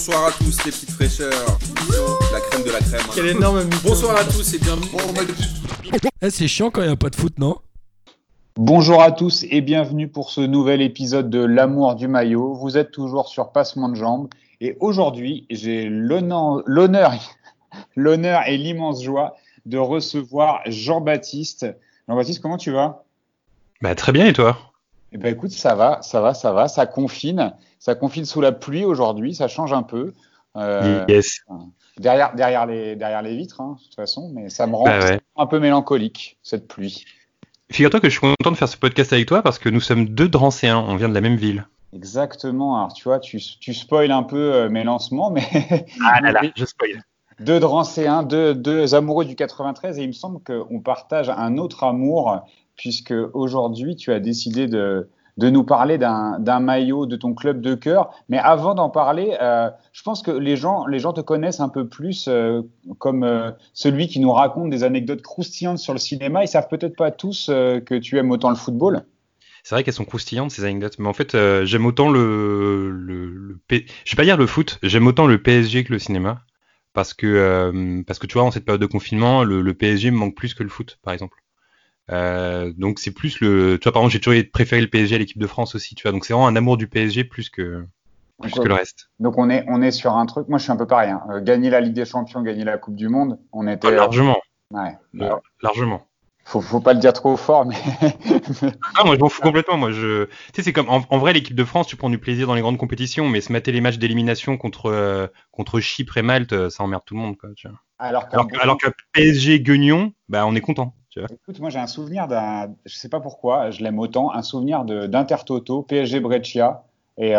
Bonsoir à tous les petites fraîcheurs, la crème de la crème. Quel énorme mytho. Bonsoir à tous et bienvenue. C'est chiant quand il n'y a pas de foot, non? Bonjour à tous et bienvenue pour ce nouvel épisode de L'amour du maillot. Vous êtes toujours sur Passement de Jambes et aujourd'hui, j'ai l'honneur et l'immense joie de recevoir Jean-Baptiste. Jean-Baptiste, comment tu vas? Très bien, et toi? Eh ben écoute, ça va, ça confine sous la pluie aujourd'hui, ça change un peu. Yes. Derrière les vitres, hein, de toute façon, mais ça me rend un peu mélancolique, cette pluie. Figure-toi que je suis content de faire ce podcast avec toi parce que nous sommes deux Drancéens, on vient de la même ville. Exactement, alors tu vois, tu spoil un peu mes lancements, mais Ah là là, je spoil. Deux Drancéens, deux amoureux du 93, et il me semble qu'on partage un autre amour, puisque aujourd'hui tu as décidé de nous parler d'un maillot de ton club de cœur. Mais avant d'en parler, je pense que les gens te connaissent un peu plus comme celui qui nous raconte des anecdotes croustillantes sur le cinéma. Ils savent peut-être pas tous que tu aimes autant le football. C'est vrai qu'elles sont croustillantes ces anecdotes, mais en fait j'aime autant je vais pas dire le foot, j'aime autant le PSG que le cinéma, parce que tu vois, en cette période de confinement, le PSG me manque plus que le foot, par exemple. Donc c'est plus tu vois, par exemple, j'ai toujours préféré le PSG à l'équipe de France aussi, tu vois, donc c'est vraiment un amour du PSG plus que le reste. Donc on est sur un truc, moi je suis un peu pareil, hein. Gagner la Ligue des Champions, gagner la Coupe du Monde, on était largement. Largement. Faut pas le dire trop fort, mais ah, moi je m'en fous complètement. Moi tu sais, c'est comme en vrai, l'équipe de France, tu prends du plaisir dans les grandes compétitions, mais se mater les matchs d'élimination contre Chypre et Malte, ça emmerde tout le monde, quoi, tu vois. Alors qu'un PSG Guignon, on est content, tu vois. Écoute, moi j'ai un souvenir je sais pas pourquoi, je l'aime autant, un souvenir d'Intertoto, PSG Brescia, et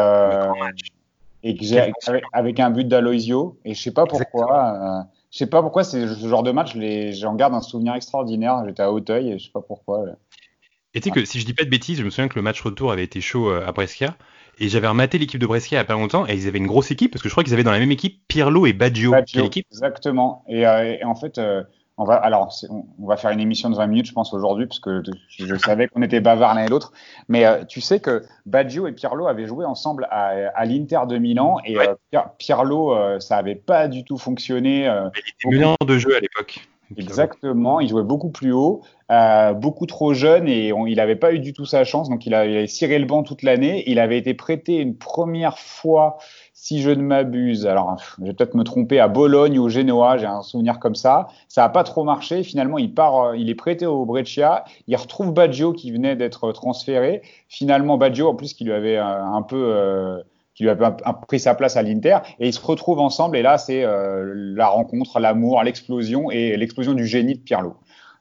avec un but d'Aloisio, et je sais pas pourquoi. Je sais pas pourquoi c'est ce genre de match, j'en garde un souvenir extraordinaire. J'étais à Auteuil et je sais pas pourquoi. Et tu sais que si je dis pas de bêtises, je me souviens que le match retour avait été chaud à Brescia, et j'avais rematé l'équipe de Brescia il y a pas longtemps, et ils avaient une grosse équipe parce que je crois qu'ils avaient dans la même équipe Pirlo et Baggio. Quelle équipe? Exactement. Et en fait, on va faire une émission de 20 minutes, je pense, aujourd'hui, parce que je savais qu'on était bavards l'un et l'autre. Mais tu sais que Baggio et Pirlo avaient joué ensemble à l'Inter de Milan, et Pirlo, ça avait pas du tout fonctionné. Il était meneur de jeu à l'époque. Exactement, il jouait beaucoup plus haut, beaucoup trop jeune, et il n'avait pas eu du tout sa chance, donc il avait ciré le banc toute l'année. Il avait été prêté une première fois, si je ne m'abuse, alors je vais peut-être me tromper, à Bologne ou au Genoa, j'ai un souvenir comme ça. Ça n'a pas trop marché, finalement il est prêté au Brescia, il retrouve Baggio qui venait d'être transféré. Finalement Baggio, en plus, qui lui avait qui lui a pris sa place à l'Inter, et ils se retrouvent ensemble, et là c'est la rencontre, l'amour, l'explosion du génie de Pirlo.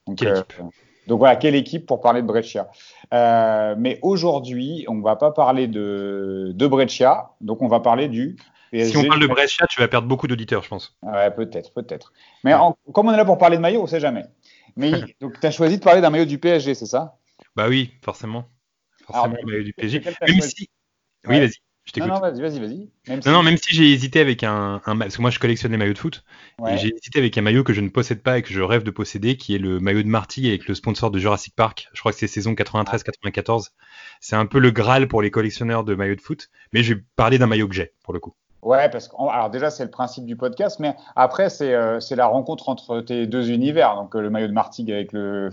Donc voilà, quelle équipe pour parler de Brescia. Mais aujourd'hui, on ne va pas parler de Brescia, donc on va parler du PSG. Si on parle de Brescia, tu vas perdre beaucoup d'auditeurs, je pense. Ouais, peut-être. Mais comme on est là pour parler de maillot, on ne sait jamais. Mais donc tu as choisi de parler d'un maillot du PSG, c'est ça? Bah oui, forcément. Alors, le maillot du PSG. Même si... Oui, vas-y. Je t'écoute. Non, vas-y. Même si j'ai hésité avec parce que moi je collectionne les maillots de foot, et j'ai hésité avec un maillot que je ne possède pas et que je rêve de posséder, qui est le maillot de Marty avec le sponsor de Jurassic Park. Je crois que c'est saison 93-94. C'est un peu le Graal pour les collectionneurs de maillots de foot, mais je vais parler d'un maillot que j'ai, pour le coup. Ouais, parce que alors déjà c'est le principe du podcast, mais après c'est la rencontre entre tes deux univers, donc le maillot de Marty avec le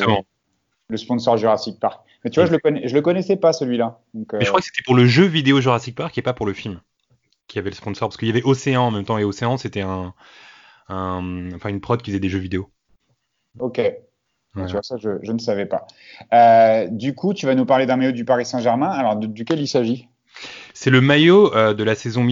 sponsor Jurassic Park. Mais tu vois, je le connaissais pas, celui-là. Donc, mais je crois que c'était pour le jeu vidéo Jurassic Park et pas pour le film qui avait le sponsor, parce qu'il y avait Océan en même temps, et Océan c'était une prod qui faisait des jeux vidéo. Ok. Ouais. Tu vois, ça je ne savais pas. Du coup, tu vas nous parler d'un maillot du Paris Saint-Germain. Alors, duquel il s'agit? C'est le maillot de la saison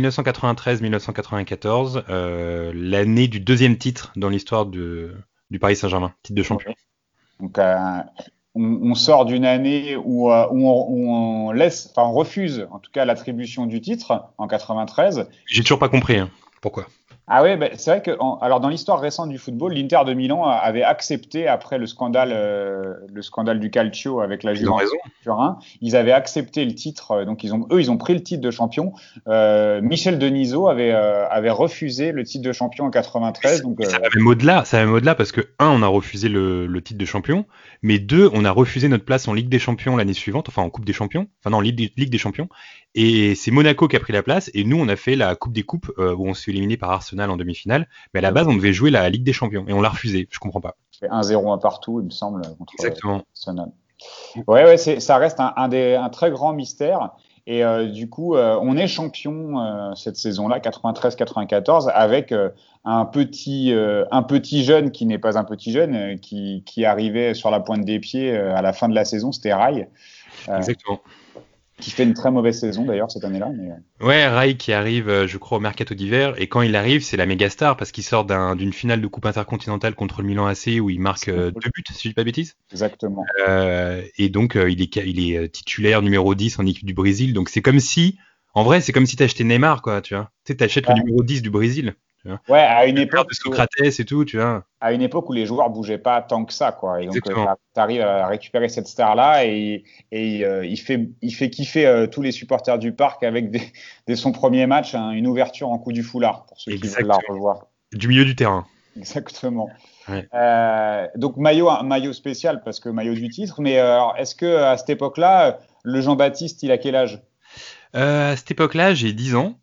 1993-1994, l'année du deuxième titre dans l'histoire du Paris Saint-Germain, titre de champion. Donc, on sort d'une année où on refuse en tout cas l'attribution du titre en 93. J'ai toujours pas compris pourquoi. Ah ouais, c'est vrai que alors dans l'histoire récente du football, l'Inter de Milan avait accepté après le scandale du Calcio avec la Ils ont Juventus raison. Turin, ils avaient accepté le titre, donc ils ont pris le titre de champion. Michel Denisot avait refusé le titre de champion en 93, donc Ça va même au-delà parce que on a refusé le titre de champion, mais deux, on a refusé notre place en Ligue des Champions l'année suivante, enfin en Coupe des Champions, enfin non, Ligue des Champions, et c'est Monaco qui a pris la place, et nous on a fait la Coupe des Coupes où on s'est éliminé par Arsenal en demi-finale, mais à la base on devait jouer la Ligue des Champions et on l'a refusé, je comprends pas. c'est 1-0 un partout, il me semble, contre Exactement. Arsenal. Ouais, ça reste un très grand mystère. Et du coup, on est champion cette saison-là, 93-94, avec un petit jeune qui n'est pas un petit jeune, qui arrivait sur la pointe des pieds à la fin de la saison, c'était Rai, Exactement. qui fait une très mauvaise saison d'ailleurs cette année-là. Mais... Ouais, Rai qui arrive, je crois, au mercato d'hiver, et quand il arrive, c'est la méga star parce qu'il sort d'une finale de Coupe intercontinentale contre le Milan AC où il marque 2 buts, si je dis pas de bêtises. Exactement. Et donc il est titulaire numéro 10 en équipe du Brésil. Donc c'est comme si, en vrai, c'est comme si t'achetais Neymar, quoi, tu vois. Tu sais, t'achètes le numéro 10 du Brésil. Tu vois. Ouais, à une Le époque de Socrates et tout, tu vois. À une époque où les joueurs bougeaient pas tant que ça, quoi. Et donc, Exactement. t'arrives à récupérer cette star-là et il fait kiffer tous les supporters du parc avec dès son premier match, une ouverture en coup du foulard pour ceux qui veulent la revoir. Du milieu du terrain. Exactement. Ouais. Donc maillot spécial parce que maillot du titre. Mais alors, est-ce que à cette époque-là, le Jean-Baptiste, il a quel âge? À cette époque-là, j'ai 10 ans.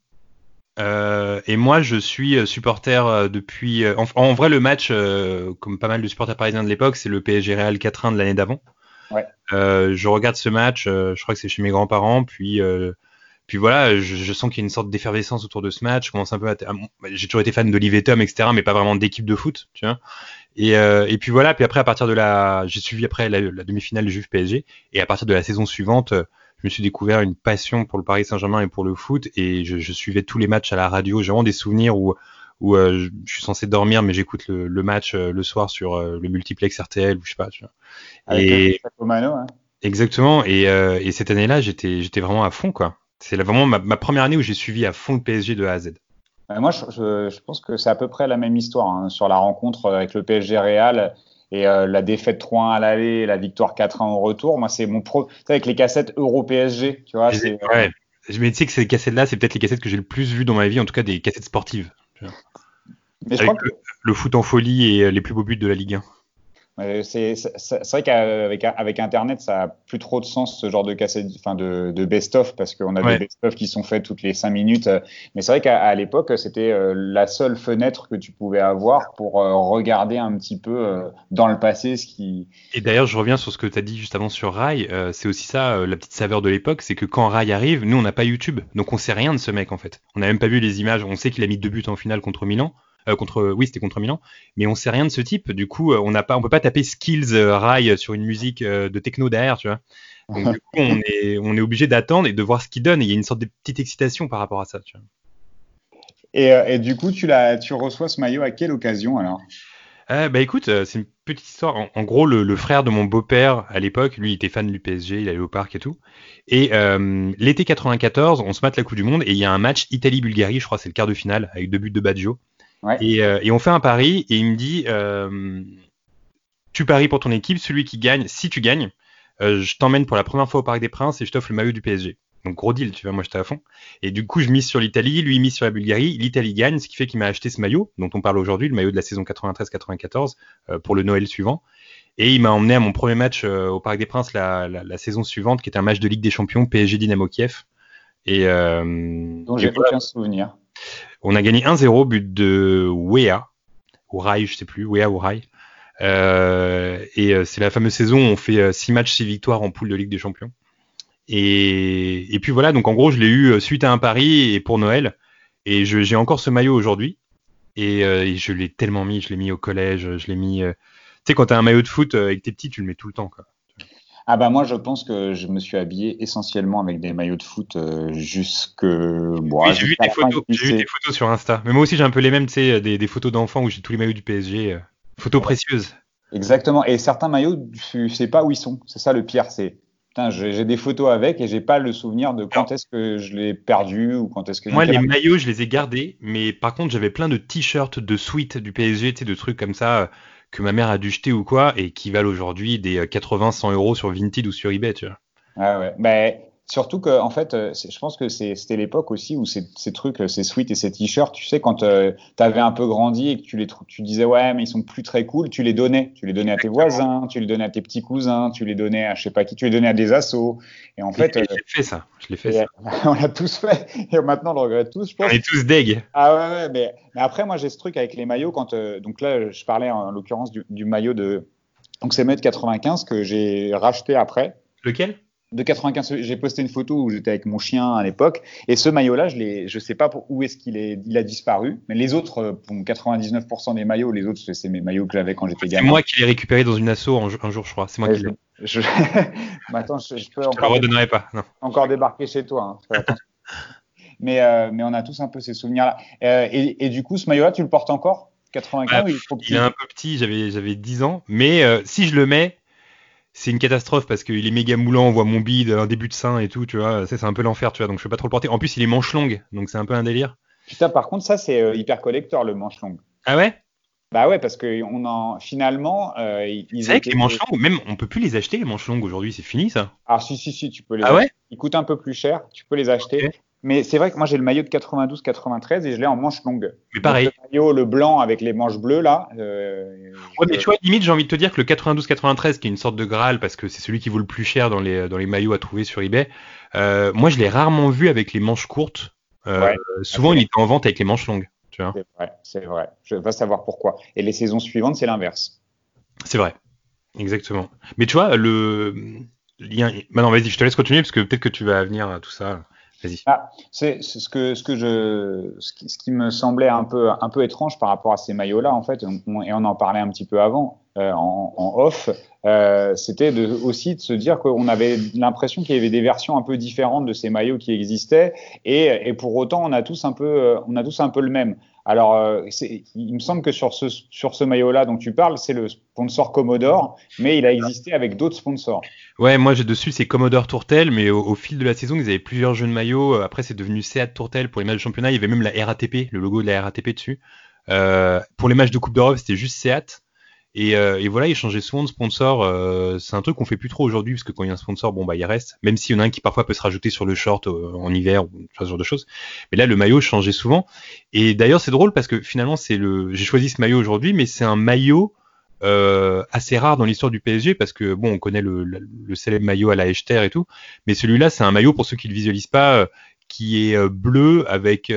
Et moi, je suis supporter depuis. En vrai, le match, comme pas mal de supporters parisiens de l'époque, c'est le PSG Real 4-1 de l'année d'avant. Ouais. Je regarde ce match, je crois que c'est chez mes grands-parents, puis voilà, je sens qu'il y a une sorte d'effervescence autour de ce match. Je commence un peu j'ai toujours été fan d'Olivier Tom, etc., mais pas vraiment d'équipe de foot, tu vois. Et puis voilà, puis après, à partir de j'ai suivi après la demi-finale du Juve PSG, et à partir de la saison suivante, je me suis découvert une passion pour le Paris Saint-Germain et pour le foot, et je suivais tous les matchs à la radio. J'ai vraiment des souvenirs où je suis censé dormir, mais j'écoute le match le soir sur le multiplex RTL, ou je sais pas, tu vois. Avec Mano, hein. Exactement, et cette année-là, j'étais vraiment à fond, quoi. C'est vraiment ma première année où j'ai suivi à fond le PSG de A à Z. Moi, je pense que c'est à peu près la même histoire hein, sur la rencontre avec le PSG Real et la défaite 3-1 à l'aller, la victoire 4-1 au retour. Moi, c'est mon pro. Tu sais, avec les cassettes Euro PSG, tu vois. Ouais. Mais tu sais que ces cassettes-là, c'est peut-être les cassettes que j'ai le plus vues dans ma vie, en tout cas des cassettes sportives. Mais je avec crois que le foot en folie et les plus beaux buts de la Ligue 1. c'est vrai qu'avec Internet, ça a plus trop de sens ce genre de cassette, enfin de best-of, parce qu'on a des best-of qui sont faits toutes les 5 minutes. Mais c'est vrai qu'à l'époque, c'était la seule fenêtre que tu pouvais avoir pour regarder un petit peu dans le passé ce qui. Et d'ailleurs, je reviens sur ce que tu as dit juste avant sur Rai. C'est aussi ça, la petite saveur de l'époque, c'est que quand Rai arrive, nous, on n'a pas YouTube, donc on sait rien de ce mec en fait. On n'a même pas vu les images. On sait qu'il a mis 2 buts en finale contre Milan. C'était contre Milan, mais on sait rien de ce type. Du coup, on peut pas taper skills Rai sur une musique de techno derrière, tu vois. Donc du coup, on est obligé d'attendre et de voir ce qu'il donne. Et il y a une sorte de petite excitation par rapport à ça, tu vois. Et du coup, tu reçois ce maillot à quelle occasion alors? Écoute, c'est une petite histoire. En gros, le frère de mon beau-père à l'époque, lui, il était fan du PSG, il allait au parc et tout. Et l'été 94, on se mate la Coupe du Monde et il y a un match Italie-Bulgarie, je crois, c'est le quart de finale avec 2 buts de Baggio. Ouais. Et on fait un pari et il me dit tu paries pour ton équipe, celui qui gagne, si tu gagnes, je t'emmène pour la première fois au Parc des Princes et je t'offre le maillot du PSG. Donc gros deal, tu vois, moi j'étais à fond. Et du coup je mise sur l'Italie, lui il mise sur la Bulgarie, l'Italie gagne, ce qui fait qu'il m'a acheté ce maillot dont on parle aujourd'hui, le maillot de la saison 93-94 pour le Noël suivant. Et il m'a emmené à mon premier match au Parc des Princes la saison suivante, qui était un match de Ligue des Champions, PSG Dynamo Kiev. Donc j'ai aucun souvenir. On a gagné 1-0, but de Wea, ou Rai, je sais plus, Wea ou Rai. C'est la fameuse saison où on fait 6 matchs, 6 victoires en poule de Ligue des Champions. Et puis voilà, donc en gros, je l'ai eu suite à un pari et pour Noël. Et j'ai encore ce maillot aujourd'hui. Et je l'ai tellement mis, je l'ai mis au collège, je l'ai mis... Tu sais, quand t'as un maillot de foot avec tes petits, tu le mets tout le temps, quoi. Ah bah moi je pense que je me suis habillé essentiellement avec des maillots de foot jusque. Bon, oui, j'ai vu tes photos sur Insta. Mais moi aussi j'ai un peu les mêmes, tu sais, des photos d'enfants où j'ai tous les maillots du PSG, photos précieuses. Exactement. Et certains maillots, tu sais pas où ils sont. C'est ça le pire, c'est putain, j'ai des photos avec et j'ai pas le souvenir de quand est-ce que je l'ai perdu ou quand est-ce que. Moi, les maillots, je les ai gardés, mais par contre, j'avais plein de t-shirts, de suites du PSG, tu sais, de trucs comme ça que ma mère a dû jeter ou quoi, et qui valent aujourd'hui des 80-100 euros sur Vinted ou sur eBay, tu vois. Ah ouais. Ben, surtout que en fait, je pense que c'était l'époque aussi où ces trucs, ces sweats et ces t-shirts, tu sais, quand tu avais un peu grandi et que tu disais ouais, mais ils sont plus très cool, tu les donnais. Tu les donnais à tes voisins, tu les donnais à tes petits cousins, tu les donnais à je sais pas qui, tu les donnais à des assos. Et en fait, Je l'ai fait ça, je l'ai fait ça. on l'a tous fait. Et maintenant, on le regrette tous, je pense. On est tous deg. Ah ouais, mais après, moi, j'ai ce truc avec les maillots quand donc là, je parlais en l'occurrence du maillot de donc c'est maillot de 95 que j'ai racheté après. Lequel? De 95, j'ai posté une photo où j'étais avec mon chien à l'époque. Et ce maillot-là, je sais pas où est-ce il a disparu. Mais les autres, pour 99% des maillots, les autres, c'est mes maillots que j'avais quand j'étais gamin. C'est moi qui l'ai récupéré dans une asso un jour, je crois. C'est moi qui l'ai. Maintenant, je peux Je te le redonnerai pas. Non. encore débarquer chez toi. Hein. mais on a tous un peu ces souvenirs-là. Et du coup, ce maillot-là, tu le portes encore 95 Bah, il est trop petit. il est un peu petit, j'avais 10 ans. Mais si je le mets, c'est une catastrophe parce qu'il est méga moulant, on voit mon bide, un début de sein et tout, tu vois. C'est un peu l'enfer, tu vois. Donc je peux pas trop le porter. En plus, il est manche longue, donc c'est un peu un délire. Putain, par contre, ça, c'est hyper collector, le manche longue. Ah ouais? Bah ouais, parce que finalement, C'est vrai que les manches longues, même on peut plus les acheter les manches longues aujourd'hui, c'est fini ça. Ah si, tu peux les Ah acheter. ouais? Ils coûtent un peu plus cher, tu peux les acheter. Ok. Mais c'est vrai que moi j'ai le maillot de 92-93 et je l'ai en manche longue. Mais pareil. Donc, le maillot, le blanc avec les manches bleues là. Ouais, mais tu vois, limite, j'ai envie de te dire que le 92-93, qui est une sorte de Graal, parce que c'est celui qui vaut le plus cher dans les maillots à trouver sur eBay, moi je l'ai rarement vu avec les manches courtes. Ouais. Souvent, il était en vente avec les manches longues. Tu vois. C'est vrai. Je vais savoir pourquoi. Et les saisons suivantes, c'est l'inverse. C'est vrai. Exactement. Mais tu vois, Maintenant, vas-y, je te laisse continuer parce que peut-être que tu vas venir à tout ça. Vas-y. Ah, c'est ce qui me semblait un peu étrange par rapport à ces maillots-là, en fait, et on en parlait un petit peu avant, en off, c'était aussi de se dire qu'on avait l'impression qu'il y avait des versions un peu différentes de ces maillots qui existaient, et pour autant, on a tous un peu le même. Alors, il me semble que sur ce maillot-là dont tu parles, c'est le sponsor Commodore, mais il a existé avec d'autres sponsors. Ouais, moi j'ai dessus c'est Commodore Tourtel, mais au fil de la saison, ils avaient plusieurs jeux de maillots. Après, c'est devenu Seat Tourtel pour les matchs de championnat. Il y avait même la RATP, le logo de la RATP dessus. Pour les matchs de Coupe d'Europe, c'était juste Seat. Et voilà, ils changeaient souvent de sponsor. C'est un truc qu'on fait plus trop aujourd'hui, parce que quand il y a un sponsor, bon bah il reste. Même s'il y en a un qui parfois peut se rajouter sur le short en hiver ou ce genre de choses. Mais là, le maillot changeait souvent. Et d'ailleurs, c'est drôle parce que finalement, j'ai choisi ce maillot aujourd'hui, mais c'est un maillot assez rare dans l'histoire du PSG parce que bon, on connaît le célèbre maillot à la Echter et tout, mais celui-là, c'est un maillot pour ceux qui le visualisent pas, qui est bleu avec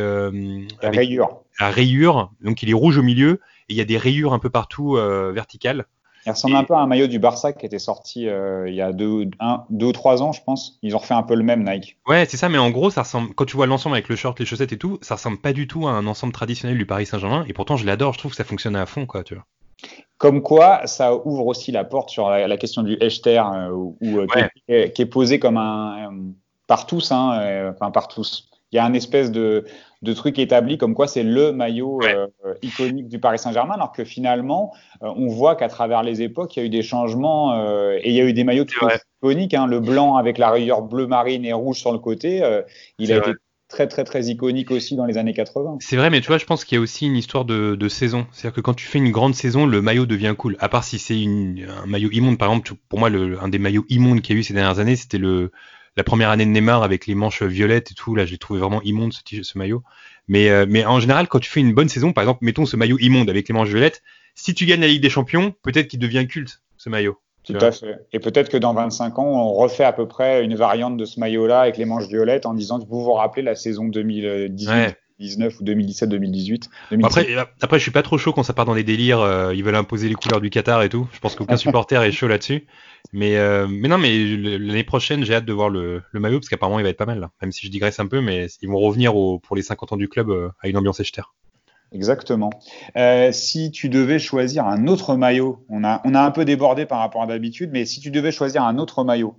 la rayure, donc il est rouge au milieu et il y a des rayures un peu partout verticales. Il ressemble un peu à un maillot du Barça qui était sorti il y a 2 ou 3 ans, je pense. Ils ont refait un peu le même, Nike. Ouais, c'est ça, mais en gros, ça ressemble, quand tu vois l'ensemble avec le short, les chaussettes et tout, ça ressemble pas du tout à un ensemble traditionnel du Paris Saint-Germain, et pourtant je l'adore, je trouve que ça fonctionne à fond, quoi, tu vois. Comme quoi, ça ouvre aussi la porte sur la question du Echter, qui est posé comme par tous, enfin par tous. Il y a un espèce de truc établi comme quoi c'est le maillot iconique du Paris Saint-Germain, alors que finalement, on voit qu'à travers les époques, il y a eu des changements et il y a eu des maillots tout iconiques. Le blanc avec la rayure bleu marine et rouge sur le côté, il a été très très très iconique aussi dans les années 80. C'est vrai, mais tu vois, je pense qu'il y a aussi une histoire de saison. C'est-à-dire que quand tu fais une grande saison, le maillot devient cool. À part si c'est un maillot immonde, par exemple, pour moi, un des maillots immondes qu'il y a eu ces dernières années, c'était la première année de Neymar avec les manches violettes et tout. Là, je l'ai trouvé vraiment immonde ce maillot. Mais en général, quand tu fais une bonne saison, par exemple, mettons ce maillot immonde avec les manches violettes, si tu gagnes la Ligue des Champions, peut-être qu'il devient culte, ce maillot. Tout à fait. Et peut-être que dans 25 ans, on refait à peu près une variante de ce maillot-là avec les manches violettes en disant que vous vous rappelez la saison 2018, 2019 ou 2017, 2018. Après, je suis pas trop chaud quand ça part dans des délires. Ils veulent imposer les couleurs du Qatar et tout. Je pense qu'aucun supporter est chaud là-dessus. Mais non, mais l'année prochaine, j'ai hâte de voir le maillot parce qu'apparemment, il va être pas mal. Là. Même si je digresse un peu, mais ils vont revenir pour les 50 ans du club à une ambiance Echter. Exactement. Si tu devais choisir un autre maillot, on a un peu débordé par rapport à d'habitude, mais si tu devais choisir un autre maillot.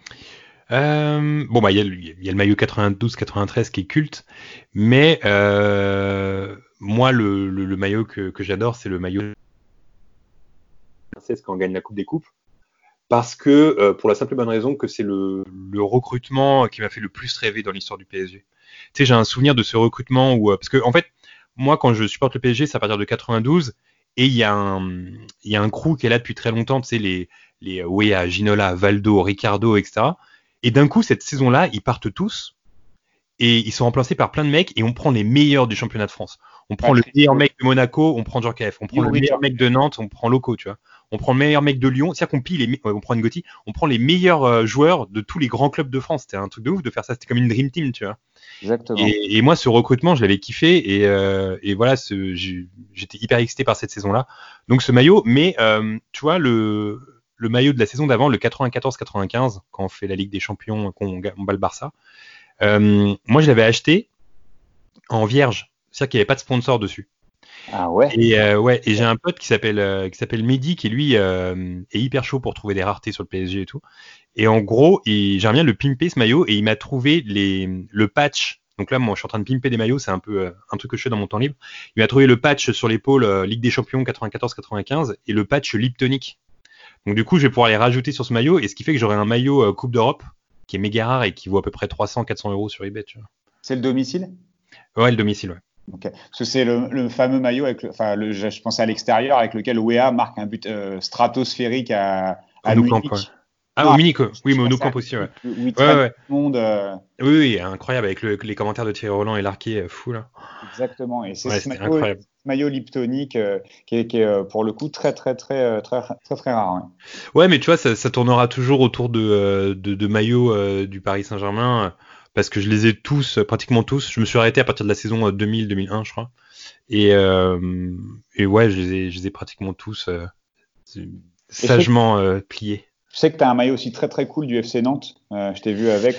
Bon, bah, il y a le maillot 92-93 qui est culte, mais moi, le maillot que j'adore, c'est le maillot quand on gagne la Coupe des Coupes. parce que pour la simple et bonne raison que c'est le recrutement qui m'a fait le plus rêver dans l'histoire du PSG. Tu sais, j'ai un souvenir de ce recrutement où parce que en fait, moi quand je supporte le PSG, c'est à partir de 92 et il y a un crew qui est là depuis très longtemps, tu sais les Weah, Ginola, Valdo, Ricardo, etc. Et d'un coup cette saison-là, ils partent tous et ils sont remplacés par plein de mecs et on prend les meilleurs du championnat de France. On prend le meilleur mec de Monaco, on prend Djorkaeff. On prend le meilleur mec de Nantes, on prend Loco, tu vois. On prend le meilleur mec de Lyon. C'est-à-dire qu'on pille on prend Ngotti, on prend les meilleurs joueurs de tous les grands clubs de France. C'était un truc de ouf de faire ça. C'était comme une dream team, tu vois. Exactement. Et moi, ce recrutement, je l'avais kiffé et voilà, j'étais hyper excité par cette saison-là. Donc ce maillot, mais tu vois le maillot de la saison d'avant, le 94-95, quand on fait la Ligue des Champions, qu'on bat le Barça. Moi, je l'avais acheté en vierge. C'est-à-dire qu'il n'y avait pas de sponsor dessus. Ah ouais. Et j'ai un pote qui s'appelle Mehdi qui lui est hyper chaud pour trouver des raretés sur le PSG et tout. Et en gros, j'aimerais bien le pimper ce maillot et il m'a trouvé le patch. Donc là, moi, je suis en train de pimper des maillots, c'est un peu un truc que je fais dans mon temps libre. Il m'a trouvé le patch sur l'épaule Ligue des Champions 94-95 et le patch Liptonic. Donc du coup, je vais pouvoir les rajouter sur ce maillot et ce qui fait que j'aurai un maillot Coupe d'Europe qui est méga rare et qui vaut à peu près 300-400 euros sur eBay. Tu vois. C'est le domicile ? Ouais, le domicile, ouais. Okay. Parce que c'est le fameux maillot je pensais à l'extérieur avec lequel Weah marque un but stratosphérique à Munich. Au Munich, oui, mais au Nou Camp aussi, ouais. Oui, tout le monde. Oui, incroyable avec les commentaires de Thierry Roland et Larquet, fou là. Exactement, et c'est ce maillot Liptonic qui est pour le coup très rare. Ouais, mais tu vois, ça tournera toujours autour de maillots du Paris Saint-Germain. Parce que je les ai pratiquement tous. Je me suis arrêté à partir de la saison 2000-2001, je crois. Et ouais, je les ai pratiquement tous sagement pliés. Je sais que tu as un maillot aussi très cool du FC Nantes. Je t'ai vu avec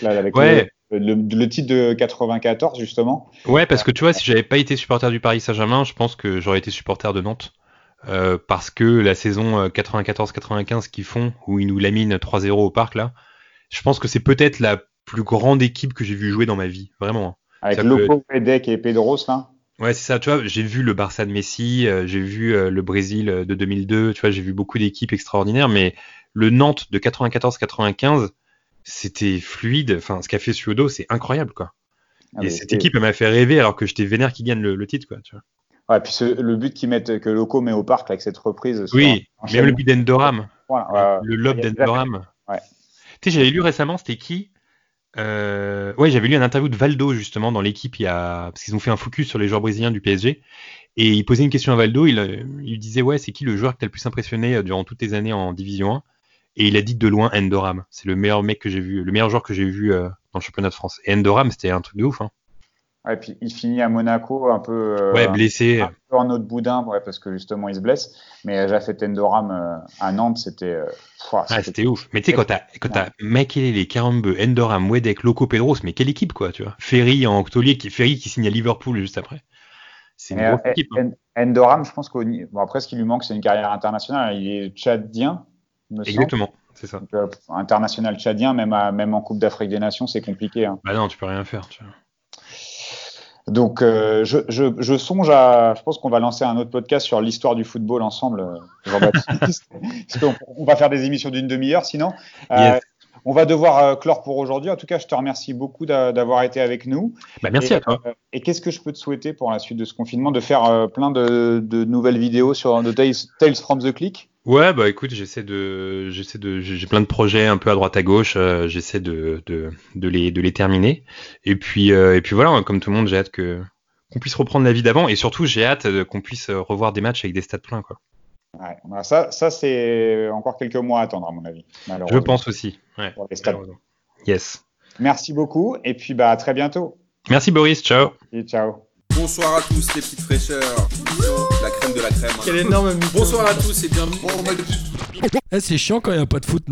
le titre de 94 justement. Ouais, parce que tu vois, si j'avais pas été supporter du Paris Saint-Germain, je pense que j'aurais été supporter de Nantes. Parce que la saison 94-95 qu'ils font, où ils nous laminent 3-0 au parc là, je pense que c'est peut-être la plus grande équipe que j'ai vu jouer dans ma vie, vraiment. Avec Loco, Pedek et Pedros, là. Ouais, c'est ça, tu vois, j'ai vu le Barça de Messi, j'ai vu le Brésil de 2002, tu vois, j'ai vu beaucoup d'équipes extraordinaires, mais le Nantes de 94-95, c'était fluide, enfin, ce qu'a fait Suodo, c'est incroyable, quoi. Et cette équipe, elle m'a fait rêver alors que j'étais vénère qu'il gagne le titre, quoi, tu vois. Ouais, puis le but que Loco met au parc, avec cette reprise. Oui, même le but d'Endoram, voilà, le lob d'Endoram. Ouais. Tu sais, j'avais lu récemment, c'était qui ? J'avais lu une interview de Valdo justement dans l'équipe parce qu'ils ont fait un focus sur les joueurs brésiliens du PSG et il posait une question à Valdo, il lui disait c'est qui le joueur qui t'a le plus impressionné durant toutes tes années en Division 1 et il a dit de loin Endoram, c'est le meilleur mec que j'ai vu, le meilleur joueur que j'ai vu dans le championnat de France. Et Endoram c'était un truc de ouf. Ouais, et puis il finit à Monaco un peu blessé, un peu en autre boudin, parce que justement il se blesse. Mais j'ai fait Endoram à Nantes, c'était c'était ouf. Mais tu sais, quand t'as Makelele, Karambeu, Endoram, Wedek, Loco, Pedros, mais quelle équipe, quoi, tu vois. Ferry en taulier, Ferry qui signe à Liverpool juste après. C'est une grosse équipe. Endoram, je pense après ce qui lui manque, c'est une carrière internationale. Il est tchadien. Exactement, c'est ça. Donc, international tchadien, même en Coupe d'Afrique des Nations, c'est compliqué. Hein. Bah non, tu peux rien faire, tu vois. Donc, je songe je pense qu'on va lancer un autre podcast sur l'histoire du football ensemble, Jean-Baptiste. Parce qu'on va faire des émissions d'une demi-heure, sinon. Yes. On va devoir clore pour aujourd'hui. En tout cas, je te remercie beaucoup d'avoir été avec nous. Bah, merci à toi. Et qu'est-ce que je peux te souhaiter pour la suite de ce confinement ? De faire plein de nouvelles vidéos sur Tales from the Click ? Ouais, bah écoute, j'ai plein de projets un peu à droite à gauche, j'essaie de les terminer. Et puis voilà, comme tout le monde, j'ai hâte qu'on puisse reprendre la vie d'avant et surtout j'ai hâte qu'on puisse revoir des matchs avec des stades pleins, quoi. Ouais, bah ça c'est encore quelques mois à attendre à mon avis. Je pense aussi. Ouais. Pour les stades. Yes. Merci beaucoup et puis à très bientôt. Merci Boris, ciao. Et ciao. Bonsoir à tous les petites fraîcheurs, la crème de la crème. Quel énorme mytho. Bonsoir à tous et bienvenue. C'est chiant quand il n'y a pas de foot, non ?